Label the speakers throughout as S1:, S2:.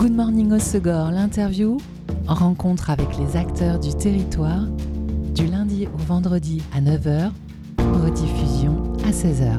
S1: Good Morning Hossegor, l'interview, rencontre avec les acteurs du territoire, du lundi au vendredi à 9h, rediffusion à 16h.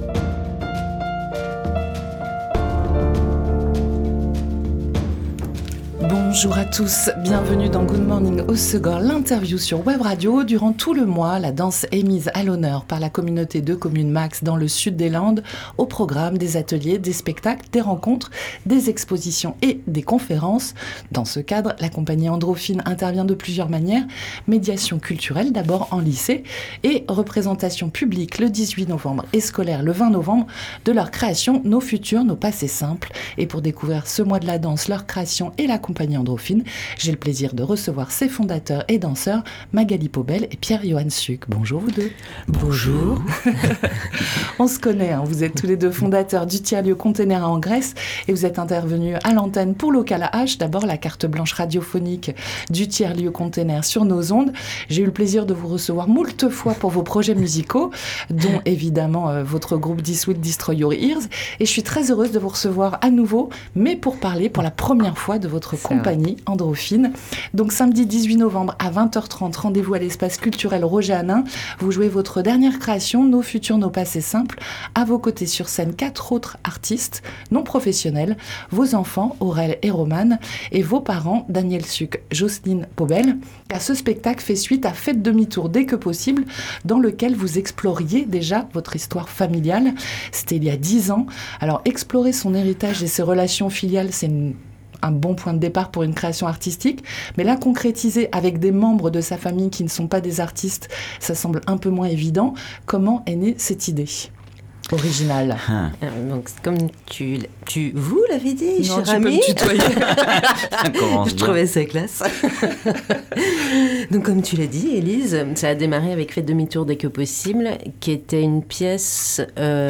S1: Bonjour à tous, bienvenue dans Good Morning Hossegor, l'interview sur Web Radio. Durant tout le mois, la danse est mise à l'honneur par la communauté de communes Max dans le sud des Landes, au programme des ateliers, des spectacles, des rencontres, des expositions et des conférences. Dans ce cadre, la compagnie Androphine intervient de plusieurs manières, médiation culturelle d'abord en lycée et représentation publique le 18 novembre et scolaire le 20 novembre de leur création Nos futurs, nos passés simples. Et pour découvrir ce mois de la danse, leur création et la compagnie Androphine, j'ai le plaisir de recevoir ses fondateurs et danseurs, Magali Pobel et Pierre-Johan Suc. Bonjour vous deux.
S2: Bonjour.
S1: On se connaît, hein. Vous êtes tous les deux fondateurs du tiers-lieu Contenera en Grèce et vous êtes intervenus à l'antenne pour Local H, d'abord la carte blanche radiophonique du tiers-lieu Contenera sur nos ondes. J'ai eu le plaisir de vous recevoir moult fois pour vos projets musicaux, dont évidemment votre groupe This Will Destroy Your Ears, et je suis très heureuse de vous recevoir à nouveau, mais pour parler pour la première fois de votre compagnie Androphine. Donc samedi 18 novembre à 20h30, rendez-vous à l'espace culturel Roger Hanin. Vous jouez votre dernière création, Nos futurs, nos passés simples. À vos côtés sur scène, 4 autres artistes non professionnels, vos enfants, Aurel et Romane, et vos parents, Daniel Suc, Jocelyne Pobel. Car ce spectacle fait suite à Faites demi-tour dès que possible, dans lequel vous exploriez déjà votre histoire familiale. C'était il y a 10 ans. Alors explorer son héritage et ses relations filiales, c'est un bon point de départ pour une création artistique, mais là, concrétiser avec des membres de sa famille qui ne sont pas des artistes, ça semble un peu moins évident. Comment est née cette idée originale?
S2: Donc, comme vous l'avez dit,
S1: non,
S2: cher ami.
S1: Tu peux me tutoyer.
S2: Je trouvais ça classe. Donc, comme tu l'as dit, Élise, ça a démarré avec Faites demi-tour dès que possible, qui était une pièce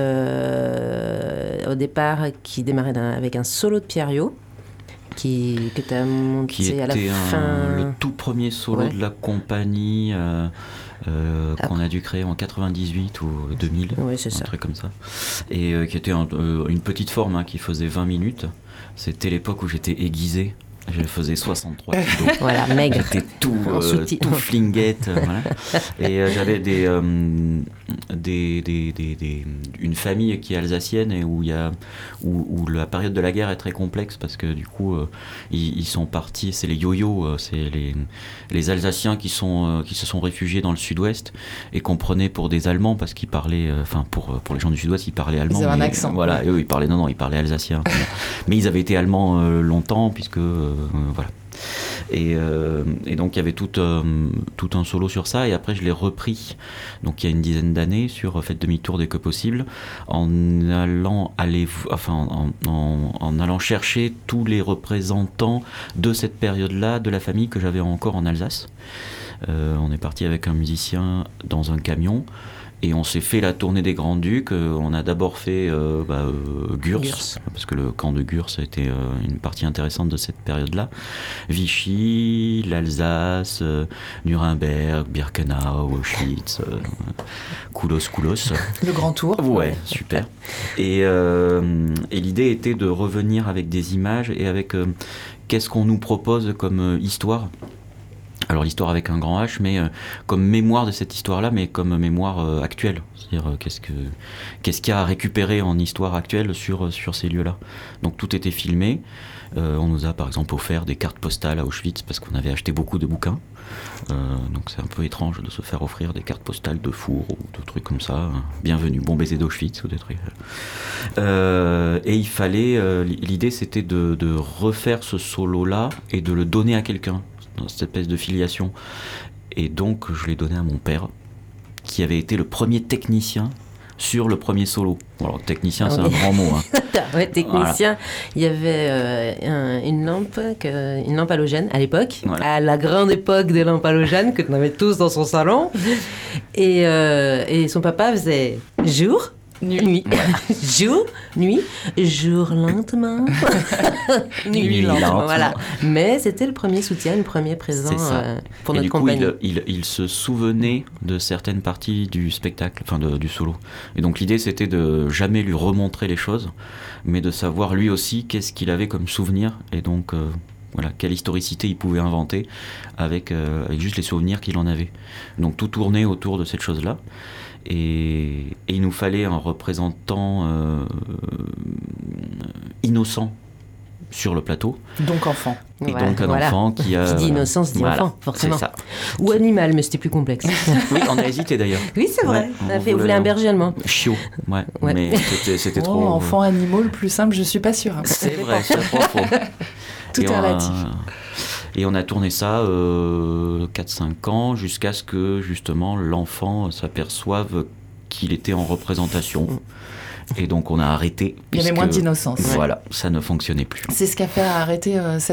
S2: au départ qui démarrait avec un solo de Pierre-Jo. Que tu as monté à la fin.
S3: Le tout premier solo de la compagnie qu'on a dû créer en 98 ou 2000, un truc comme ça. Et qui était une petite forme qui faisait 20 minutes. C'était l'époque où j'étais aiguisé. Je faisais 63 kilos.
S2: Voilà, maigre.
S3: J'étais tout flinguette. Voilà. Et j'avais une famille qui est alsacienne et où la période de la guerre est très complexe parce que du coup, ils sont partis, c'est les yo-yo, c'est les Alsaciens qui se sont réfugiés dans le sud-ouest et qu'on prenait pour des Allemands parce qu'ils parlaient, pour les gens du sud-ouest, ils parlaient allemand.
S1: Ils avaient un accent.
S3: Voilà, eux, ils parlaient alsacien. Mais ils avaient été allemands longtemps puisque... voilà. Et donc il y avait tout un solo sur ça et après je l'ai repris donc il y a une dizaine d'années sur Faites demi-tour dès que possible en allant chercher tous les représentants de cette période-là de la famille que j'avais encore en Alsace. On est parti avec un musicien dans un camion et on s'est fait la tournée des Grands-Ducs. On a d'abord fait Gurs, parce que le camp de Gurs a été une partie intéressante de cette période-là. Vichy, l'Alsace, Nuremberg, Birkenau, Auschwitz, Koulos.
S1: Le Grand Tour.
S3: Ouais, super. Et l'idée était de revenir avec des images et avec qu'est-ce qu'on nous propose comme histoire. Alors l'histoire avec un grand H, mais comme mémoire de cette histoire-là, mais comme mémoire actuelle. C'est-à-dire qu'est-ce qu'il y a à récupérer en histoire actuelle sur ces lieux-là. Donc tout était filmé. On nous a par exemple offert des cartes postales à Auschwitz parce qu'on avait acheté beaucoup de bouquins. Donc c'est un peu étrange de se faire offrir des cartes postales de four ou de trucs comme ça. Bienvenue, bon baiser d'Auschwitz ou des trucs. Et il fallait... l'idée c'était de refaire ce solo-là et de le donner à quelqu'un. Dans cette espèce de filiation. Et donc, je l'ai donné à mon père, qui avait été le premier technicien sur le premier solo. Alors, technicien, c'est un grand mot.
S2: Ouais, technicien. Voilà. Il y avait une lampe halogène à l'époque, à la grande époque des lampes halogènes que l'on avait tous dans son salon. Et son papa faisait jour Nuit. Jour, nuit, jour lentement.
S3: Nuit lentement.
S2: Voilà. Mais c'était le premier soutien, le premier présent pour notre compagnie.
S3: Il se souvenait de certaines parties du spectacle, enfin du solo. Et donc l'idée c'était de jamais lui remontrer les choses, mais de savoir lui aussi qu'est-ce qu'il avait comme souvenir. Et donc voilà, quelle historicité il pouvait inventer avec juste les souvenirs qu'il en avait. Donc tout tournait autour de cette chose-là. Et il nous fallait un représentant innocent sur le plateau.
S1: Donc enfant.
S3: Et donc un enfant qui a...
S2: Qui dit innocence dit enfant, forcément.
S3: C'est ça.
S2: Ou animal, mais c'était plus complexe.
S3: Oui, on a hésité d'ailleurs.
S2: Oui, c'est vrai. On voulait un berger allemand.
S3: Chiot, ouais. Mais c'était trop...
S1: Enfant, animaux, le plus simple, je suis pas sûre. Hein.
S3: C'est vrai, c'est pas faux.
S1: Tout est relatif.
S3: Et on a tourné ça 4-5 ans jusqu'à ce que justement l'enfant s'aperçoive qu'il était en représentation. Et donc on a arrêté.
S1: Il y avait moins d'innocence.
S3: Voilà, ça ne fonctionnait plus.
S1: C'est ce qui a fait arrêter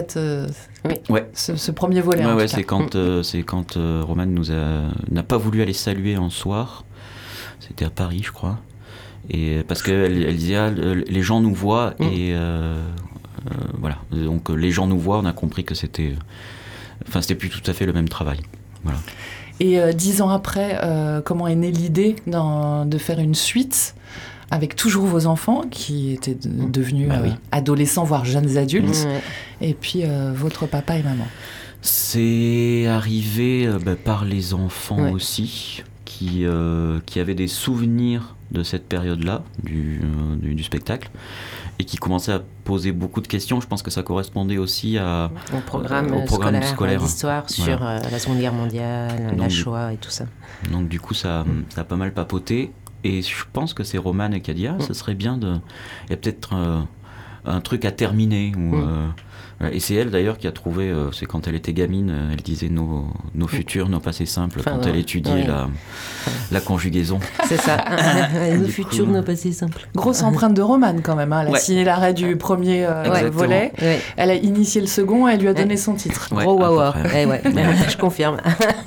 S1: ce premier volet.
S3: Ouais, c'est quand Romane n'a pas voulu aller saluer un soir. C'était à Paris, je crois. Et parce qu'elle disait les gens nous voient et voilà. Donc les gens nous voient, on a compris que c'était plus tout à fait le même travail. Voilà.
S1: Et 10 ans après, comment est née l'idée de faire une suite avec toujours vos enfants qui étaient devenus adolescents, voire jeunes adultes, et puis votre papa et maman?
S3: C'est arrivé par les enfants aussi, qui avaient des souvenirs de cette période-là, du spectacle, et qui commençaient à poser beaucoup de questions. Je pense que ça correspondait aussi
S2: au programme scolaire d'histoire sur la Seconde Guerre mondiale, la Shoah et tout ça.
S3: Donc du coup, ça a pas mal papoté. Et je pense que c'est Romane qui a dit ce serait bien il y a peut-être un truc à terminer. Et c'est elle d'ailleurs qui a trouvé, c'est quand elle était gamine, elle disait nos futurs, nos passés simples, quand elle étudiait la conjugaison.
S2: C'est ça, nos futurs, nos passés simples.
S1: Grosse empreinte de Romane quand même, hein. Elle a signé l'arrêt du premier volet, elle a initié le second et elle lui a donné son titre.
S2: Gros wawa, je confirme.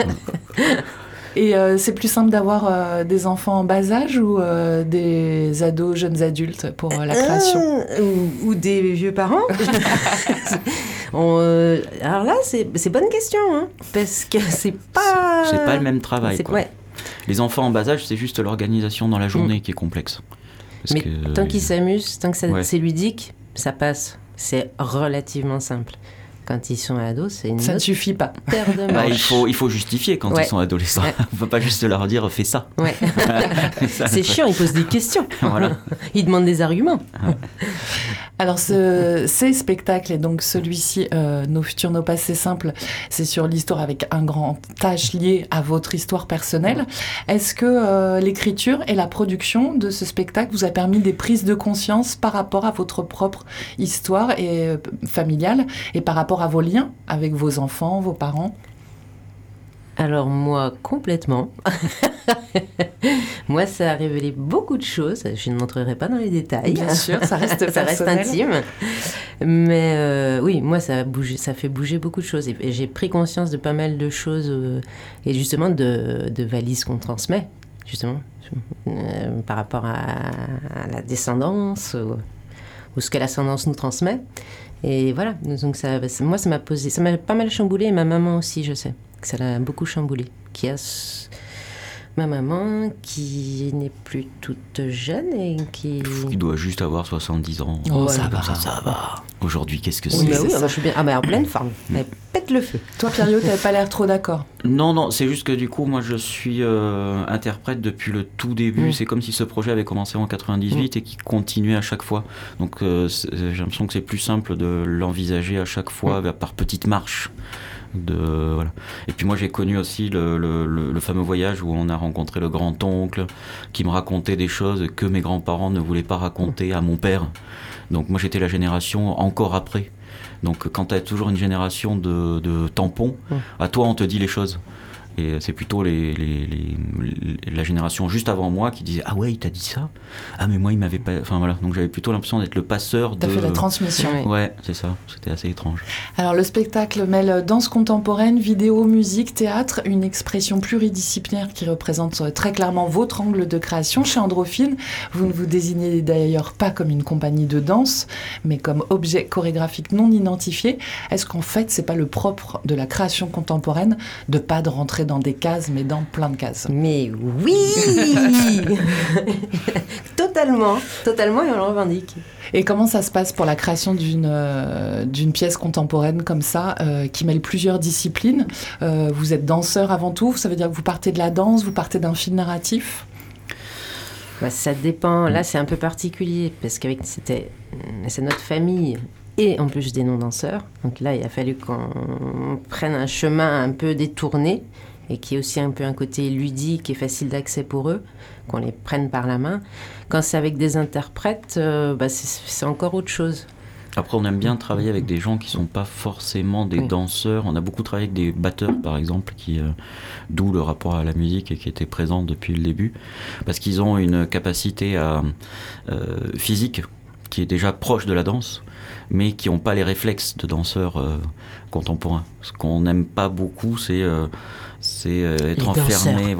S1: Et c'est plus simple d'avoir des enfants en bas âge ou des ados, jeunes adultes pour la création
S2: ou des vieux parents. Alors là, c'est bonne question, hein, parce que c'est pas
S3: le même travail. Les enfants en bas âge, c'est juste l'organisation dans la journée qui est complexe.
S2: Mais tant qu'ils s'amusent, tant que c'est ludique, ça passe. C'est relativement simple. Quand ils sont ados,
S1: ça ne suffit pas.
S2: Paire de manches.
S3: Il faut justifier quand ils sont adolescents. On ne peut pas juste leur dire fais ça.
S2: C'est chiant, ils posent des questions.
S3: Voilà.
S2: Ils demandent des arguments.
S1: Alors ces spectacles, et donc celui-ci, Nos futurs, nos passés simples, c'est sur l'histoire avec un grand H lié à votre histoire personnelle. Est-ce que l'écriture et la production de ce spectacle vous a permis des prises de conscience par rapport à votre propre histoire familiale et par rapport à vos liens avec vos enfants, vos parents?
S2: Alors moi, complètement. Moi, ça a révélé beaucoup de choses. Je ne montrerai pas dans les détails.
S1: Bien sûr, ça reste
S2: ça reste intime. Mais oui, moi, ça fait bouger beaucoup de choses. Et j'ai pris conscience de pas mal de choses et justement de valises qu'on transmet, justement, par rapport à la descendance ou ce que l'ascendance nous transmet. Et voilà, donc moi, ça m'a pas mal chamboulé, et ma maman aussi, je sais, que ça l'a beaucoup chamboulé. Ma maman, qui n'est plus toute jeune et qui
S3: doit juste avoir 70 ans.
S1: Oh, ça va.
S3: Aujourd'hui, qu'est-ce que c'est?
S2: Oui, je suis bien. En pleine forme. Elle pète le feu.
S1: Toi, Pierriot, t'avais pas l'air trop d'accord.
S3: Non, c'est juste que du coup, moi, je suis interprète depuis le tout début. C'est comme si ce projet avait commencé en 98 et qui continuait à chaque fois. Donc, j'ai l'impression que c'est plus simple de l'envisager à chaque fois par petites marches. Voilà. Et puis moi j'ai connu aussi le fameux voyage où on a rencontré le grand-oncle qui me racontait des choses que mes grands-parents ne voulaient pas raconter à mon père. Donc moi j'étais la génération encore après. Donc quand tu as toujours une génération de tampons, à toi on te dit les choses. Et c'est plutôt la génération juste avant moi qui disait « Ah ouais, il t'a dit ça ? Ah mais moi, il m'avait pas... » Enfin voilà, donc j'avais plutôt l'impression d'être le passeur de...
S1: T'as fait la transmission.
S3: Ouais, c'est ça, c'était assez étrange.
S1: Alors le spectacle mêle danse contemporaine, vidéo, musique, théâtre, une expression pluridisciplinaire qui représente très clairement votre angle de création. Chez Androphine, vous ne vous désignez d'ailleurs pas comme une compagnie de danse, mais comme objet chorégraphique non identifié. Est-ce qu'en fait, c'est pas le propre de la création contemporaine de pas de rentrer dans des cases, mais dans plein de cases?
S2: Mais oui Totalement, et on le revendique.
S1: Et comment ça se passe pour la création d'une pièce contemporaine comme ça, qui mêle plusieurs disciplines? Vous êtes danseur avant tout, ça veut dire que vous partez de la danse, vous partez d'un fil narratif?
S2: Ça dépend, là c'est un peu particulier, parce qu'avec c'est notre famille, et en plus des non-danseurs, donc là il a fallu qu'on prenne un chemin un peu détourné, et qui est aussi un peu un côté ludique et facile d'accès pour eux, qu'on les prenne par la main. Quand c'est avec des interprètes, c'est encore autre chose.
S3: Après, on aime bien travailler avec des gens qui ne sont pas forcément des danseurs. On a beaucoup travaillé avec des batteurs, par exemple, d'où le rapport à la musique et qui étaient présents depuis le début, parce qu'ils ont une capacité physique qui est déjà proche de la danse, mais qui n'ont pas les réflexes de danseurs contemporains. Ce qu'on n'aime pas beaucoup, c'est être enfermé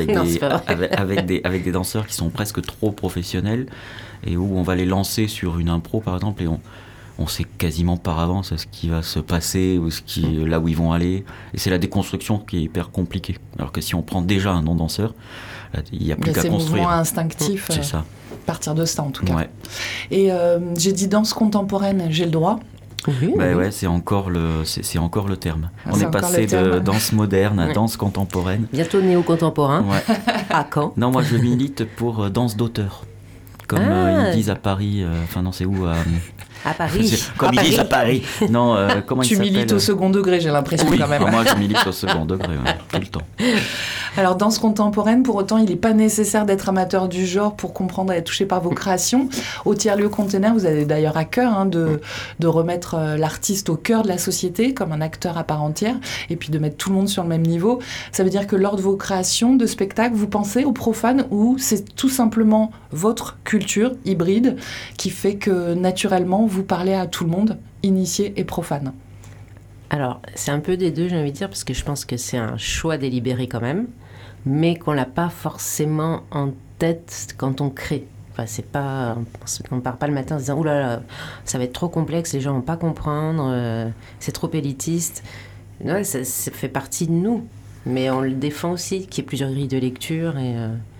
S3: avec des danseurs qui sont presque trop professionnels et où on va les lancer sur une impro, par exemple, et on sait quasiment par avance ce qui va se passer, ou là où ils vont aller. Et c'est la déconstruction qui est hyper compliquée. Alors que si on prend déjà un non-danseur, il n'y a plus qu'à construire.
S1: C'est mouvement instinctif.
S3: C'est ça.
S1: À partir de ça, en tout cas.
S3: Ouais.
S1: Et j'ai dit danse contemporaine, j'ai le droit?
S2: Oui.
S3: Ouais, c'est encore le terme. On est passé de danse moderne à danse contemporaine.
S2: Bientôt néo-contemporain.
S3: Ouais.
S2: À quand?
S3: Non, moi je milite pour danse d'auteur. Comme ils disent à Paris, non, c'est où
S2: à Paris.
S3: Comme ils disent à Paris. Non, comment il s'appelle?
S1: Tu milites au second degré, j'ai l'impression, quand même.
S3: Moi je milite au second degré, tout le temps.
S1: Alors, danse contemporaine, pour autant, il n'est pas nécessaire d'être amateur du genre pour comprendre et être touché par vos créations. Au Tiers-Lieu Container, vous avez d'ailleurs à cœur de remettre l'artiste au cœur de la société, comme un acteur à part entière, et puis de mettre tout le monde sur le même niveau. Ça veut dire que lors de vos créations de spectacles, vous pensez aux profanes, ou c'est tout simplement votre culture hybride qui fait que, naturellement, vous parlez à tout le monde, initié et profane?
S2: Alors, c'est un peu des deux, j'ai envie de dire, parce que je pense que c'est un choix délibéré quand même, mais qu'on l'a pas forcément en tête quand on crée. Enfin, on part pas le matin en se disant « Ouh là là, ça va être trop complexe, les gens vont pas comprendre, c'est trop élitiste ». Ouais, ça fait partie de nous, mais on le défend aussi, qu'il y ait plusieurs grilles de lecture et...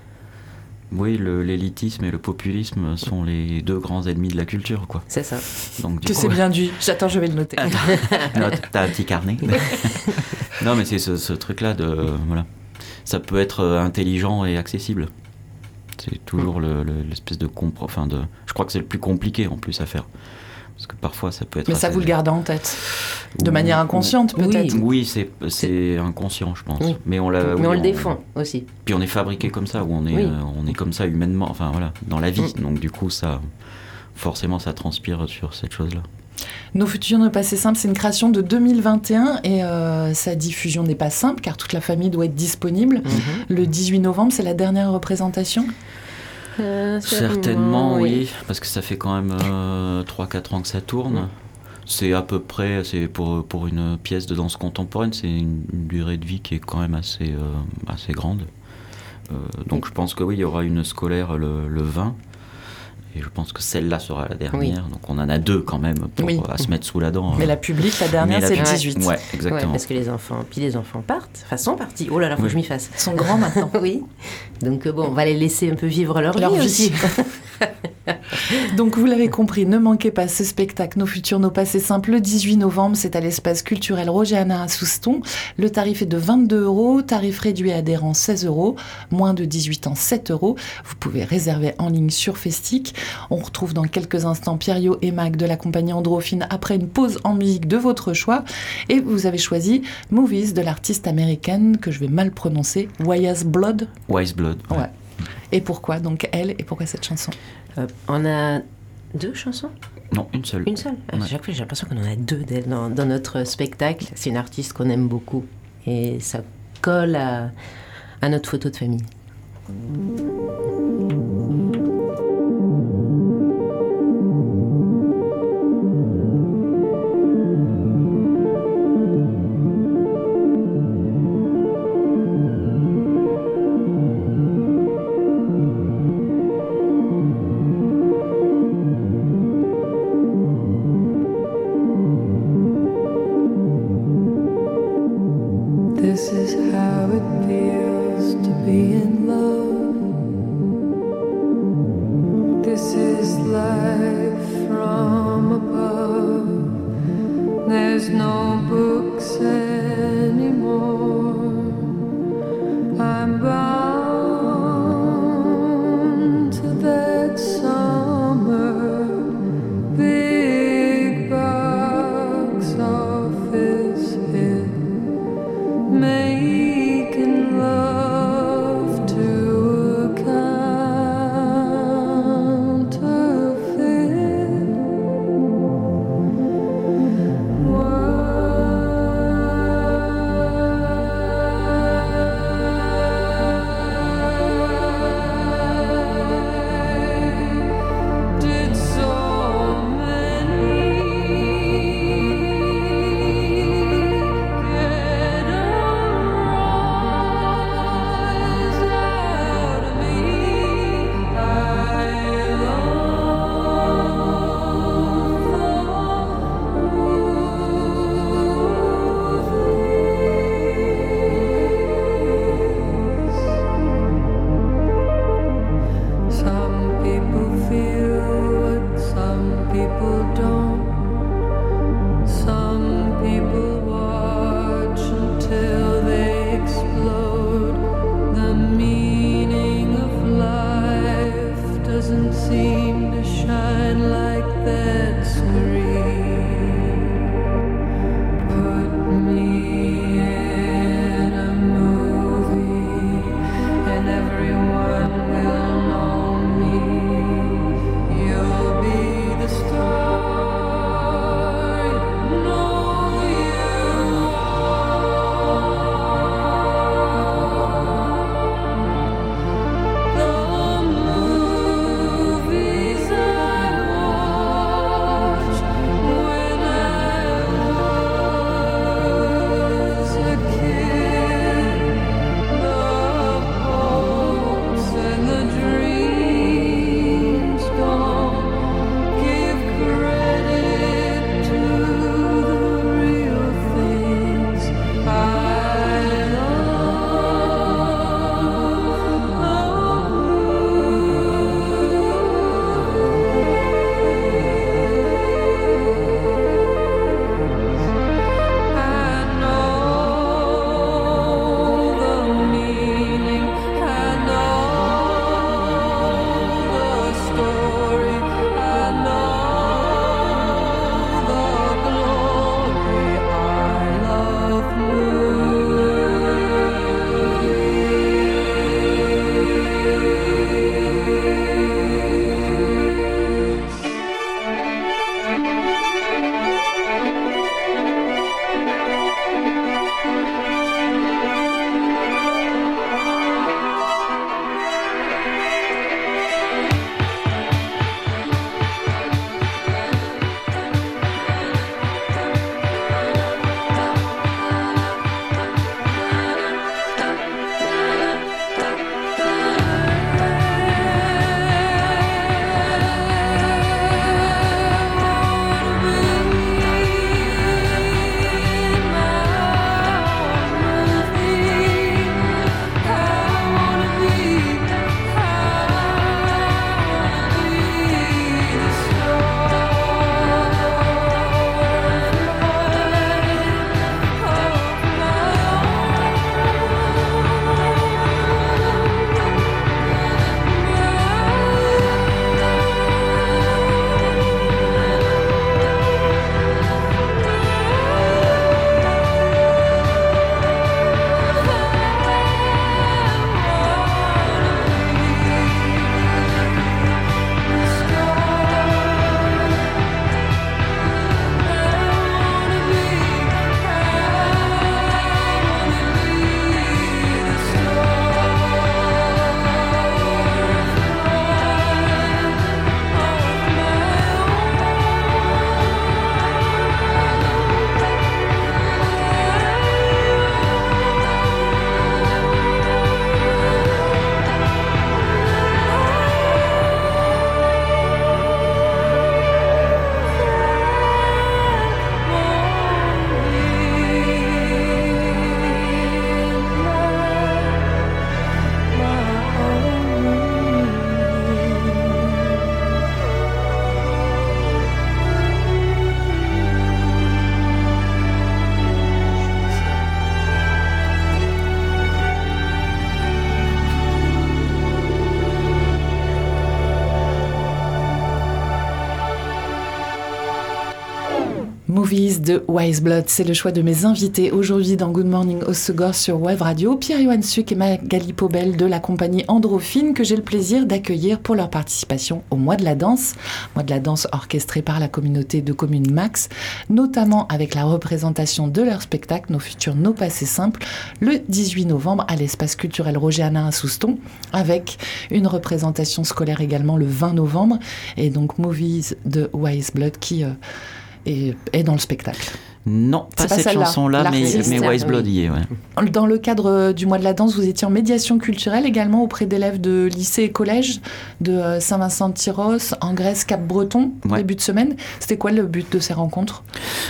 S3: Oui, l'élitisme et le populisme sont les deux grands ennemis de la culture, quoi.
S2: C'est ça.
S3: Donc,
S1: c'est bien dit. J'attends, je vais le noter.
S3: T'as un petit carnet. Non, mais c'est ce truc-là de... Voilà. Ça peut être intelligent et accessible. C'est toujours l'espèce de... je crois que c'est le plus compliqué, en plus, à faire. Parce que parfois, ça peut être...
S1: Mais ça, vous le gardez en tête. De manière inconsciente, peut-être.
S3: Oui, c'est inconscient, je pense.
S2: Oui.
S3: Mais on
S2: le défend aussi.
S3: Puis on est fabriqué comme ça, où on est comme ça humainement, dans la vie. Donc du coup, forcément, ça transpire sur cette chose-là.
S1: Nos futurs, nos passés simples, c'est une création de 2021 et sa diffusion n'est pas simple, car toute la famille doit être disponible. Le 18 novembre, c'est la dernière représentation.
S3: Certainement, oui, parce que ça fait quand même 3-4 ans que ça tourne. C'est à peu près, pour une pièce de danse contemporaine, c'est une durée de vie qui est quand même assez grande. Donc je pense que oui, il y aura une scolaire le 20, et je pense que celle-là sera la dernière. Oui. Donc on en a deux quand même à se mettre sous la dent.
S1: Mais la publique, la dernière, c'est le 18.
S3: Ouais, exactement.
S2: Ouais, parce que les enfants sont partis. Oh là là, faut que je m'y fasse.
S1: Ils sont grands maintenant.
S2: Oui. Donc on va les laisser un peu vivre leur vie aussi.
S1: Donc vous l'avez compris, ne manquez pas ce spectacle Nos futurs, nos passés simples le 18 novembre, c'est à l'espace culturel Roger Hanna à Souston. Le tarif est de 22 €, tarif réduit adhérent 16 €, moins de 18 ans 7 €. Vous pouvez réserver en ligne sur Festic. On retrouve dans quelques instants Pierriot et Mag de la compagnie Androphine après une pause en musique de votre choix. Et vous avez choisi Movies de l'artiste américaine que je vais mal prononcer, Wise Blood.
S3: Wise Blood.
S1: Ouais. Et pourquoi donc elle et pourquoi cette chanson?
S2: On a 2 chansons?
S3: Non, une seule.
S2: Une seule. À chaque fois, j'ai l'impression qu'on en a 2 d'elle dans notre spectacle. C'est une artiste qu'on aime beaucoup et ça colle à notre photo de famille.
S4: This is how it feels to be in love. This is life from above. There's no books anymore. I'm bound to that summer big box office hit. Making love to a counterfeit. Why did so many get a rise out of me? I Some people feel what some people don't. Some people watch until they explode. The meaning of life doesn't seem to shine like that screen. Put me in a movie and everyone will know me. You'll be the star.
S1: Movies de Wise Blood, c'est le choix de mes invités aujourd'hui dans Good Morning Hossegor sur Web Radio, Pierre-Johan Suc et Magali Pobel de la compagnie Androphine que j'ai le plaisir d'accueillir pour leur participation au Mois de la danse orchestré par la communauté de communes Max, notamment avec la représentation de leur spectacle Nos futurs, nos passés simples, le 18 novembre à l'espace culturel Roger Hanin à Souston, avec une représentation scolaire également le 20 novembre, et donc Movies de Wise Blood qui est dans le spectacle.
S3: Non, pas cette chanson-là, mais Wise Blood y est. Ouais.
S1: Dans le cadre du Mois de la danse, vous étiez en médiation culturelle également auprès d'élèves de lycée et collège de Saint-Vincent-de-Tyrosse, en Grèce, Cap-Breton, début de semaine. C'était quoi le but de ces rencontres ?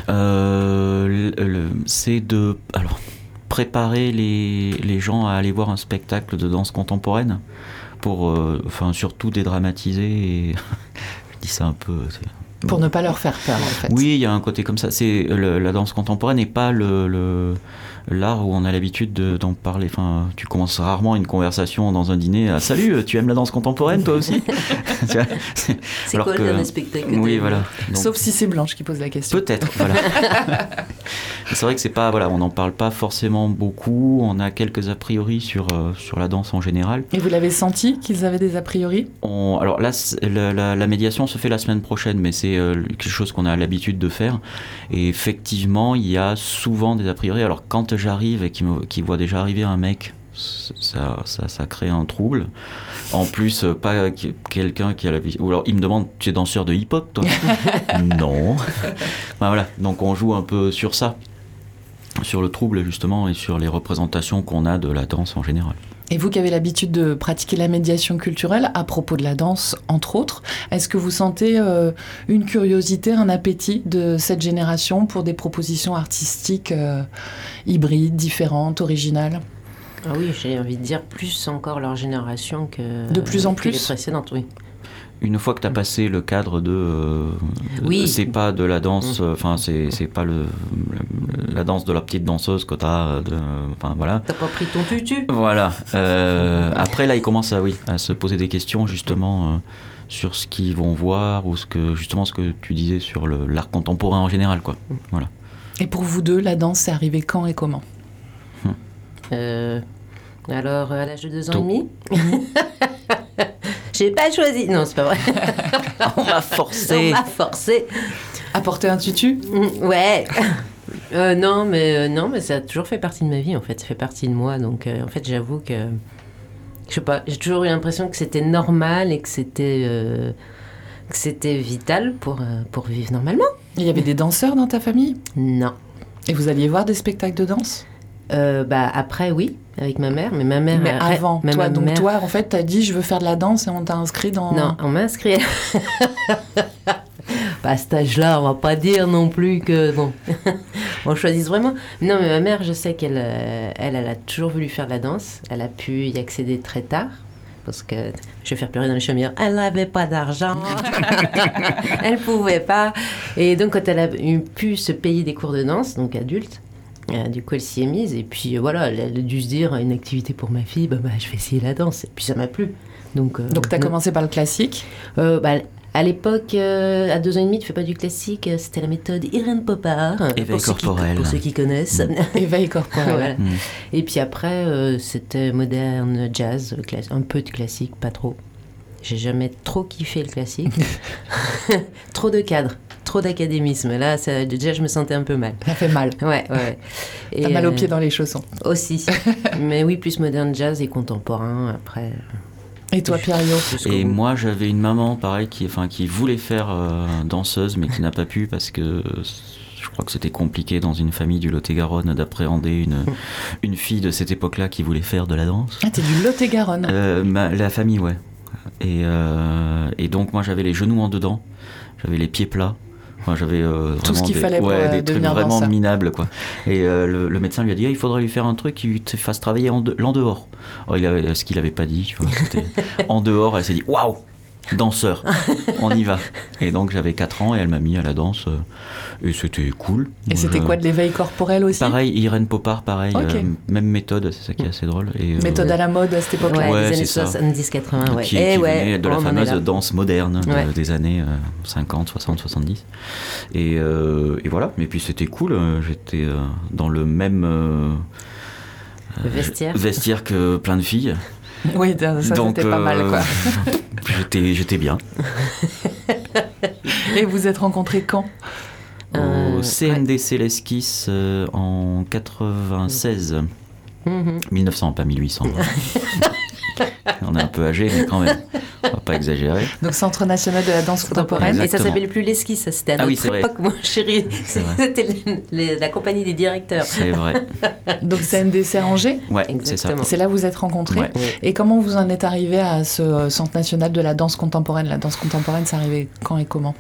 S3: C'est de préparer les gens à aller voir un spectacle de danse contemporaine pour surtout dédramatiser et je dis ça un peu...
S1: Pour ne pas leur faire peur, en fait.
S3: Oui, il y a un côté comme ça. La danse contemporaine n'est pas l'art où on a l'habitude d'en parler. Enfin, tu commences rarement une conversation dans un dîner. Ah, salut, tu aimes la danse contemporaine, toi aussi ?
S2: C'est quoi le dernier spectacle ?
S3: Oui, voilà. Donc,
S1: sauf si c'est Blanche qui pose la question.
S3: Peut-être, voilà. C'est vrai que c'est pas, on n'en parle pas forcément beaucoup. On a quelques a priori sur la danse en général.
S1: Et vous l'avez senti qu'ils avaient des a priori ?
S3: Alors là, la médiation se fait la semaine prochaine, mais c'est quelque chose qu'on a l'habitude de faire. Et effectivement, il y a souvent des a priori. Alors quand j'arrive et qu'il voit déjà arriver un mec, ça crée un trouble. En plus, pas quelqu'un qui a la vie. Ou alors il me demande, tu es danseur de hip-hop, toi ? Non. Voilà. Donc on joue un peu sur ça, sur le trouble justement et sur les représentations qu'on a de la danse en général.
S1: Et vous qui avez l'habitude de pratiquer la médiation culturelle, à propos de la danse, entre autres, est-ce que vous sentez une curiosité, un appétit de cette génération pour des propositions artistiques hybrides, différentes, originales ?
S2: Ah oui, j'ai envie de dire plus encore leur génération que...
S1: De plus en plus ?
S2: Que les précédentes, oui.
S3: Une fois que tu as passé le cadre c'est pas de la danse, c'est pas la danse de la petite danseuse que t'as, voilà.
S2: T'as pas pris ton tutu ?
S3: Voilà. Après, là, ils commencent à se poser des questions, justement, sur ce qu'ils vont voir, ou ce que tu disais sur l'art contemporain en général, quoi. Voilà.
S1: Et pour vous deux, la danse, c'est arrivé quand et comment ?
S2: Alors, à l'âge de 2 ans et demi. J'ai pas choisi. Non, c'est pas vrai.
S3: On m'a forcé.
S2: À
S1: porter un tutu ?
S2: Ouais. Non, mais ça a toujours fait partie de ma vie, en fait. Ça fait partie de moi. Donc, en fait, j'avoue que... Je sais pas, j'ai toujours eu l'impression que c'était normal et que c'était vital pour vivre normalement.
S1: Il y avait des danseurs dans ta famille ?
S2: Non.
S1: Et vous alliez voir des spectacles de danse ?
S2: Après, oui, avec ma mère. Mais ma mère...
S1: Mais avant, toi, en fait, t'as dit, je veux faire de la danse et on t'a inscrit dans...
S2: Non, on m'a inscrit... À cet âge-là, on va pas dire non plus que... Bon, on choisit vraiment. Non, mais ma mère, je sais qu'elle a toujours voulu faire de la danse. Elle a pu y accéder très tard. Parce que, je vais faire pleurer dans les chaumières, elle n'avait pas d'argent. Elle pouvait pas. Et donc, quand elle a pu se payer des cours de danse, donc adulte, du coup, elle s'y est mise. Et puis, voilà, elle a dû se dire, une activité pour ma fille, je vais essayer la danse. Et puis, ça m'a plu. Donc
S1: tu as commencé par le classique ?
S2: À l'époque, à 2 ans et demi, tu fais pas du classique. C'était la méthode Irène Popard.
S3: Éveil corporel.
S2: Pour ceux qui connaissent.
S1: Éveil corporel.
S2: Voilà. Et puis après, c'était moderne, jazz, un peu de classique, pas trop. J'ai jamais trop kiffé le classique. Trop de cadres, trop d'académisme. Là, déjà, je me sentais un peu mal.
S1: Ça fait mal.
S2: Ouais.
S1: Et t'as mal aux pieds dans les chaussons.
S2: Aussi. Mais oui, plus moderne, jazz et contemporain, après...
S1: Et toi, Pierre-Jo ?
S3: Et moi, j'avais une maman, pareil, qui voulait faire danseuse, mais qui n'a pas pu parce que je crois que c'était compliqué dans une famille du Lot-et-Garonne d'appréhender une fille de cette époque-là qui voulait faire de la danse.
S1: Ah, t'es du Lot-et-Garonne ?
S3: La famille, ouais. Et donc, moi, j'avais les genoux en dedans, j'avais les pieds plats. Enfin, j'avais
S1: tout ce qu'il fallait pour
S3: des trucs vraiment
S1: danseur.
S3: minables, quoi. Et le médecin lui a dit il faudrait lui faire un truc qui te fasse travailler l'en dehors. Alors, ce qu'il avait pas dit, tu vois, c'était en dehors. Elle s'est dit waouh, danseur, on y va. Et donc j'avais 4 ans et elle m'a mis à la danse et c'était cool.
S1: Et c'était quoi, de l'éveil corporel aussi?
S3: Pareil, Irène Popard, pareil,
S1: Ok.
S3: Même méthode, c'est ça qui est assez drôle. Et,
S1: Méthode à la mode à cette époque-là.
S3: Ouais,
S2: les années
S3: c'est ça.
S2: 70-80, ouais.
S3: qui venait de la
S2: on en est
S3: fameuse
S2: là.
S3: danse moderne
S2: Ouais.
S3: des années 50, 60, 70. Et voilà, et puis c'était cool, j'étais dans le même
S2: Le vestiaire.
S3: vestiaire que plein de filles.
S1: Oui, ça
S3: Donc,
S1: c'était pas mal, quoi.
S3: j'étais bien.
S1: Et vous êtes rencontrés quand?
S3: Au CNDC L'Esquisse en 96. 1900, pas 1800. On est un peu âgé, mais quand même, on va pas exagérer.
S1: Donc Centre national de la danse contemporaine.
S3: Exact.
S2: Et ça
S3: Exactement.
S2: s'appelait plus l'esquisse, ça, c'était à
S3: Ah oui,
S2: notre
S3: c'est vrai.
S2: époque, mon chéri.
S3: C'est vrai.
S2: C'était la compagnie des directeurs.
S3: C'est vrai.
S1: Donc CNDC Angers.
S3: Ouais, c'est ça.
S2: Exactement.
S1: C'est là où vous êtes rencontrés.
S3: Ouais.
S2: Oui.
S1: Et comment vous en êtes arrivé à ce Centre national de la danse contemporaine? La danse contemporaine, c'est arrivé quand et comment?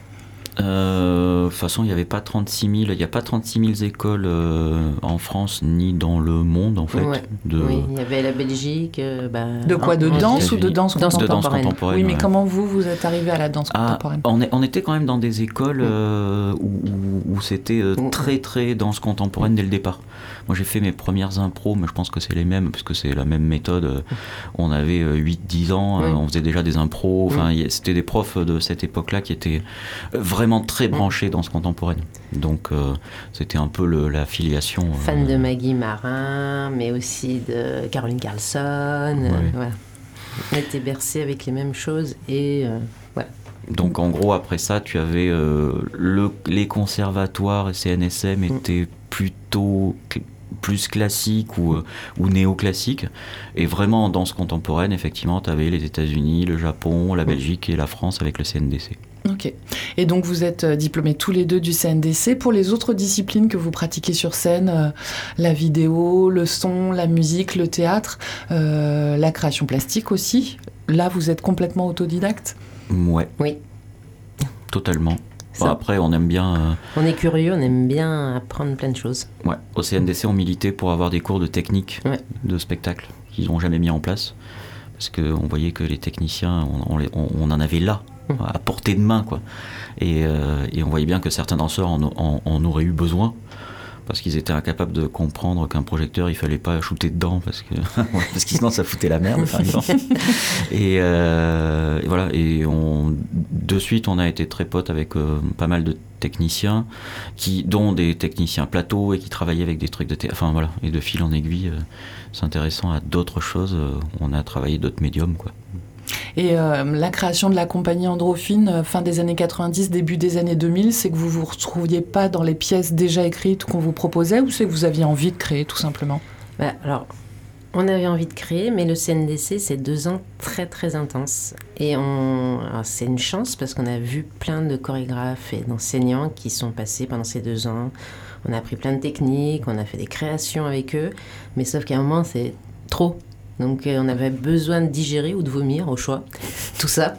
S3: De toute façon, il n'y avait pas 36 000, il n'y a pas 36 000 écoles en France ni dans le monde, en fait.
S2: Ouais.
S3: De,
S2: Oui, il y avait la Belgique.
S1: De quoi? De
S2: en
S1: danse ou de
S3: États-Unis.
S1: danse
S2: Danse
S3: de danse
S1: contemporaine?
S3: contemporaine.
S1: Oui, mais
S3: ouais.
S1: comment vous êtes arrivé à la danse
S3: Ah,
S1: contemporaine?
S3: on était quand même dans des écoles où c'était très très danse contemporaine dès le départ. Moi j'ai fait mes premières impros, mais je pense que c'est les mêmes, parce que c'est la même méthode. On avait 8-10 ans,
S2: Oui.
S3: on faisait déjà des impros. Enfin, c'était des profs de cette époque-là qui étaient vraiment très branchés danse contemporaine. Donc c'était un peu la filiation.
S2: Fan de Maggie Marin, mais aussi de Caroline Carlson. Voilà. On était bercés avec les mêmes choses et voilà.
S3: Donc en gros, après ça, tu avais les conservatoires et CNSM étaient plutôt plus classiques ou néoclassiques. Et vraiment en danse contemporaine, effectivement, tu avais les États-Unis, le Japon, la Belgique et la France avec le CNDC.
S1: Ok. Et donc vous êtes diplômés tous les deux du CNDC. Pour les autres disciplines que vous pratiquez sur scène, la vidéo, le son, la musique, le théâtre, la création plastique aussi, là vous êtes complètement autodidacte?
S3: Ouais.
S2: Oui.
S3: Totalement.
S2: Ça.
S3: Bon, après, on aime bien...
S2: On est curieux, on aime bien apprendre plein de choses.
S3: ouais, au CNDC, on militait pour avoir des cours de technique de spectacle qu'ils n'ont jamais mis en place. Parce qu'on voyait que les techniciens, on en avait là, à portée de main, quoi. Et on voyait bien que certains danseurs en auraient eu besoin. Parce qu'ils étaient incapables de comprendre qu'un projecteur, il fallait pas shooter dedans, parce que sinon ça foutait la merde, par exemple. Et voilà, et de suite, on a été très potes avec pas mal de techniciens, dont des techniciens plateau, et qui travaillaient avec des trucs de théâtre. Enfin voilà, et de fil en aiguille, s'intéressant à d'autres choses, on a travaillé d'autres médiums, quoi.
S1: Et la création de la compagnie Androphine, fin des années 90, début des années 2000, c'est que vous vous retrouviez pas dans les pièces déjà écrites qu'on vous proposait, ou c'est que vous aviez envie de créer tout simplement?
S2: Alors, on avait envie de créer, mais le CNDC, c'est 2 ans très très intenses. Et alors, c'est une chance parce qu'on a vu plein de chorégraphes et d'enseignants qui sont passés pendant ces 2 ans. On a appris plein de techniques, on a fait des créations avec eux, mais sauf qu'à un moment, c'est trop. Donc on avait besoin de digérer ou de vomir, au choix, tout ça.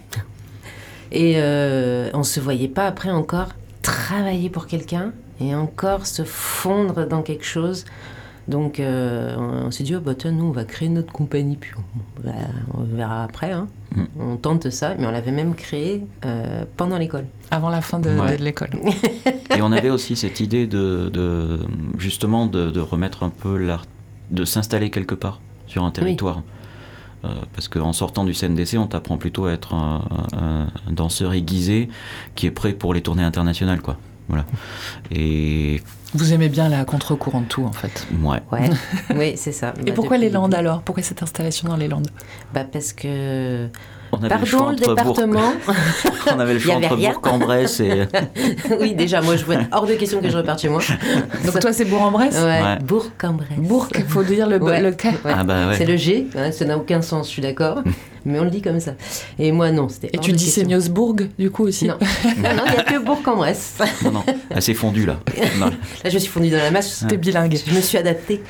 S2: Et on se voyait pas après encore travailler pour quelqu'un et encore se fondre dans quelque chose. Donc on s'est dit, oh, bah, tiens, nous on va créer notre compagnie, puis on verra après. Hein. On tente ça, mais on l'avait même créé pendant l'école.
S1: Avant la fin de l'école.
S3: Et on avait aussi cette idée justement de remettre un peu l'art, de s'installer quelque part sur un territoire. Oui. Parce qu'en sortant du CNDC, on t'apprend plutôt à être un danseur aiguisé qui est prêt pour les tournées internationales, quoi. Voilà. Et
S1: vous aimez bien la contre-courant de tout, en fait.
S3: Ouais.
S2: Oui, c'est ça.
S1: Et pourquoi les Landes alors? Pourquoi cette installation dans les Landes?
S2: Parce que...
S3: On avait
S2: Pardon, le département.
S3: On avait le choix entre Bourg-en-Bresse et...
S2: Oui, déjà, moi, je vois hors de question que je reparte chez moi.
S1: Donc toi, c'est Bourg-en-Bresse?
S2: Ouais. Bourg-en-Bresse.
S1: Bourg, il faut dire le K.
S2: Ouais.
S3: Ah bah ouais.
S2: C'est le G, hein, ça n'a aucun sens, je suis d'accord. Mais on le dit comme ça. Et moi, non, c'était.
S1: Et tu dis Seigneusbourg, du coup, aussi?
S2: Non, il n'y a que Bourg-en-Bresse.
S3: Non, assez fondu, là. Non.
S2: Là, je suis fondue dans la masse.
S1: T'es bilingue.
S2: Je me suis adaptée.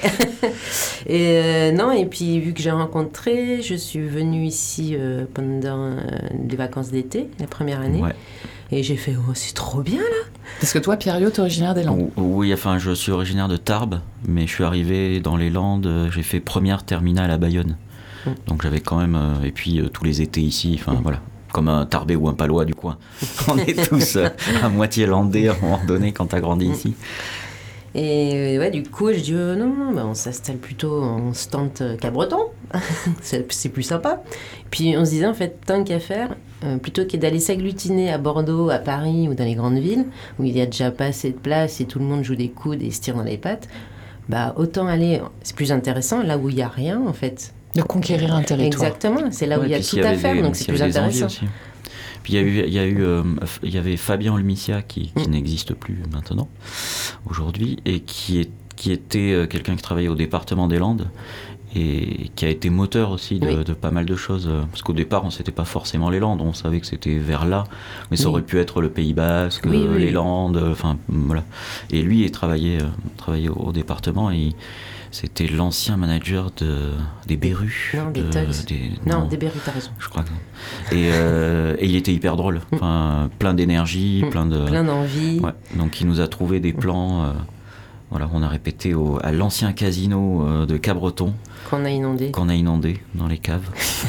S2: Et non, et puis, vu que j'ai rencontré, je suis venue ici pendant les vacances d'été, la première année.
S3: Ouais.
S2: Et j'ai fait, oh, c'est trop bien, là.
S1: Parce que toi, Pierriot, t'es originaire des Landes.
S3: Oui, enfin, je suis originaire de Tarbes, mais je suis arrivé dans les Landes, j'ai fait première terminale à Bayonne. Donc j'avais quand même, et puis tous les étés ici, enfin voilà. comme un Tarbé ou un Palois du coin. On est tous à moitié landais à un moment donné quand t'as grandi ici.
S2: Et ouais, du coup, je dis non, on s'installe plutôt, on se tente Cabreton, c'est plus sympa. Puis on se disait, en fait, tant qu'à faire, plutôt que d'aller s'agglutiner à Bordeaux, à Paris ou dans les grandes villes, où il y a déjà pas assez de place et tout le monde joue des coudes et se tire dans les pattes, bah autant aller, c'est plus intéressant, là où il n'y a rien, en fait.
S1: De conquérir un territoire.
S2: Exactement, c'est là où il y a tout à faire, donc c'est plus intéressant.
S3: Puis il y avait Fabien Olmicia qui n'existe plus maintenant, aujourd'hui, et qui était quelqu'un qui travaillait au département des Landes et qui a été moteur aussi de pas mal de choses. Parce qu'au départ, on ne s'était pas forcément les Landes, on savait que c'était vers là, mais ça aurait pu être le Pays Basque, les Landes, enfin voilà. Et lui, il travaillait au département et c'était l'ancien manager des Berus.
S2: Non, des Tugs. Non, des Berus, t'as raison.
S3: Je crois que... Et il était hyper drôle, plein d'énergie, plein
S2: d'envie.
S3: Ouais. Donc il nous a trouvé des plans. Voilà, on a répété à l'ancien casino de Cabreton. Qu'on a inondé dans les caves.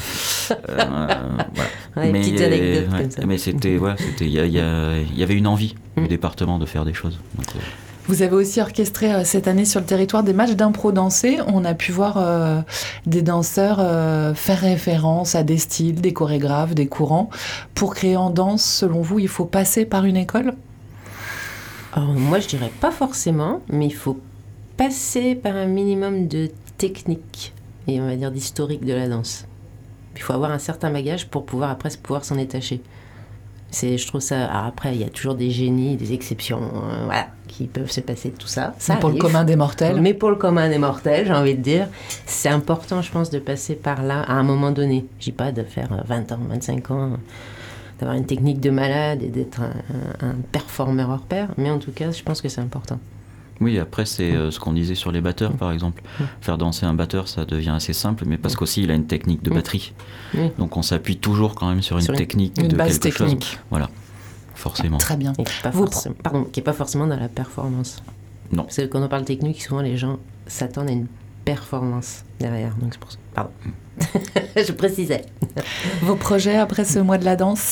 S2: Voilà. Petites anecdotes comme ça.
S3: Mais il y avait une envie du département de faire des choses. Donc,
S1: vous avez aussi orchestré cette année sur le territoire des matchs d'impro dansés. On a pu voir des danseurs faire référence à des styles, des chorégraphes, des courants. Pour créer en danse, selon vous, il faut passer par une école ?
S2: Alors, moi, je dirais pas forcément, mais il faut passer par un minimum de technique et on va dire d'historique de la danse. Il faut avoir un certain bagage pour pouvoir s'en détacher. Je trouve ça. Alors après, il y a toujours des génies, des exceptions, qui peuvent se passer de tout ça.
S1: Mais pour le commun des mortels.
S2: Mais pour le commun des mortels, j'ai envie de dire, c'est important, je pense, de passer par là à un moment donné. Je dis pas de faire 20 ans, 25 ans, d'avoir une technique de malade et d'être un performeur hors pair, mais en tout cas, je pense que c'est important.
S3: Oui, après, c'est ce qu'on disait sur les batteurs, par exemple. Faire danser un batteur, ça devient assez simple, mais parce qu'aussi, il a une technique de batterie. Donc, on s'appuie toujours quand même sur une technique
S1: une
S3: de
S1: base
S3: quelque
S1: technique.
S3: chose. Voilà, forcément.
S1: Très bien.
S2: Et qui n'est pas forcément dans la performance.
S3: Non.
S2: Parce que quand on parle technique, souvent, les gens s'attendent à une performance derrière. Donc, c'est pour ça. Pardon. Je précisais.
S1: Vos projets après ce mois de la danse ?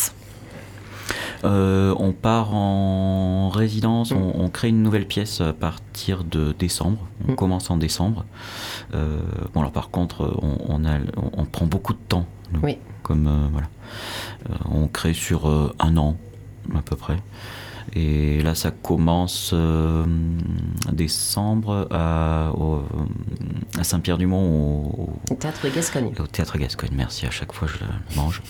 S3: On part en résidence, on crée une nouvelle pièce à partir de décembre. On commence en décembre. Bon, alors par contre, on prend beaucoup de temps. Nous, comme on crée sur un an à peu près. Et là, ça commence décembre à Saint-Pierre-du-Mont
S2: au Théâtre Gascogne.
S3: Au Théâtre Gascogne, merci, à chaque fois je le mange.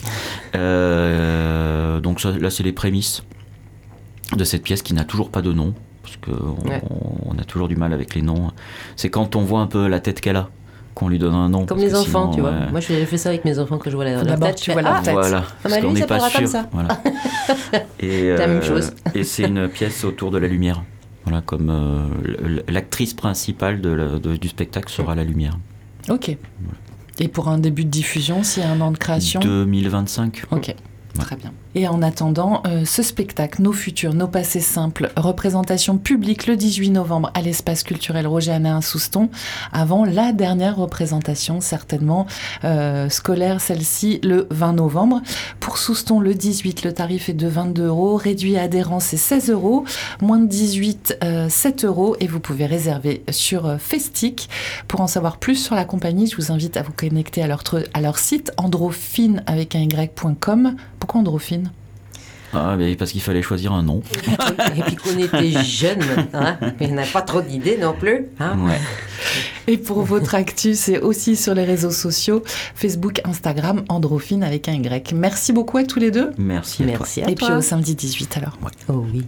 S3: Donc là, c'est les prémices de cette pièce qui n'a toujours pas de nom, parce qu'on a toujours du mal avec les noms. C'est quand on voit un peu la tête qu'elle a, qu'on lui donne un nom.
S2: Comme les enfants, sinon, tu vois. Moi, je fais ça avec mes enfants quand je vois leur tête.
S1: Tu vois leur tête.
S3: Voilà, parce qu'on n'est pas sûr.
S2: Ça.
S3: Voilà. Et,
S2: la même chose.
S3: Et c'est une pièce autour de la lumière. Voilà, comme l'actrice principale du spectacle sera la lumière.
S1: Ok. Voilà. Et pour un début de diffusion, s'il y a un an de création
S3: 2025.
S1: Ok. Très bien. Et en attendant, ce spectacle, Nos Futurs, Nos Passés Simples, représentation publique le 18 novembre à l'espace culturel Roger Hanin à Souston, avant la dernière représentation, certainement scolaire, celle-ci, le 20 novembre. Pour Souston, le 18, le tarif est de 22 €, réduit à adhérence, c'est 16 €, moins de 18, 7 €, et vous pouvez réserver sur Festic. Pour en savoir plus sur la compagnie, je vous invite à vous connecter à leur site, androphine avec un y.com. Pourquoi Androphine ?
S3: Mais parce qu'il fallait choisir un nom.
S2: Et puis qu'on était jeunes, mais on n'a pas trop d'idées non plus.
S3: Ouais.
S1: Et pour votre actu, c'est aussi sur les réseaux sociaux, Facebook, Instagram, Androphine avec un Y. Merci beaucoup à tous les deux.
S3: Merci à toi.
S1: Et puis au samedi 18 alors.
S3: Ouais.
S2: Oh oui.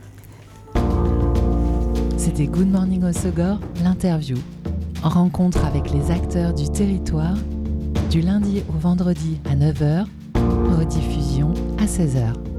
S5: C'était Good Morning Hossegor, l'interview. Rencontre avec les acteurs du territoire, du lundi au vendredi à 9h, rediffusion à 16h.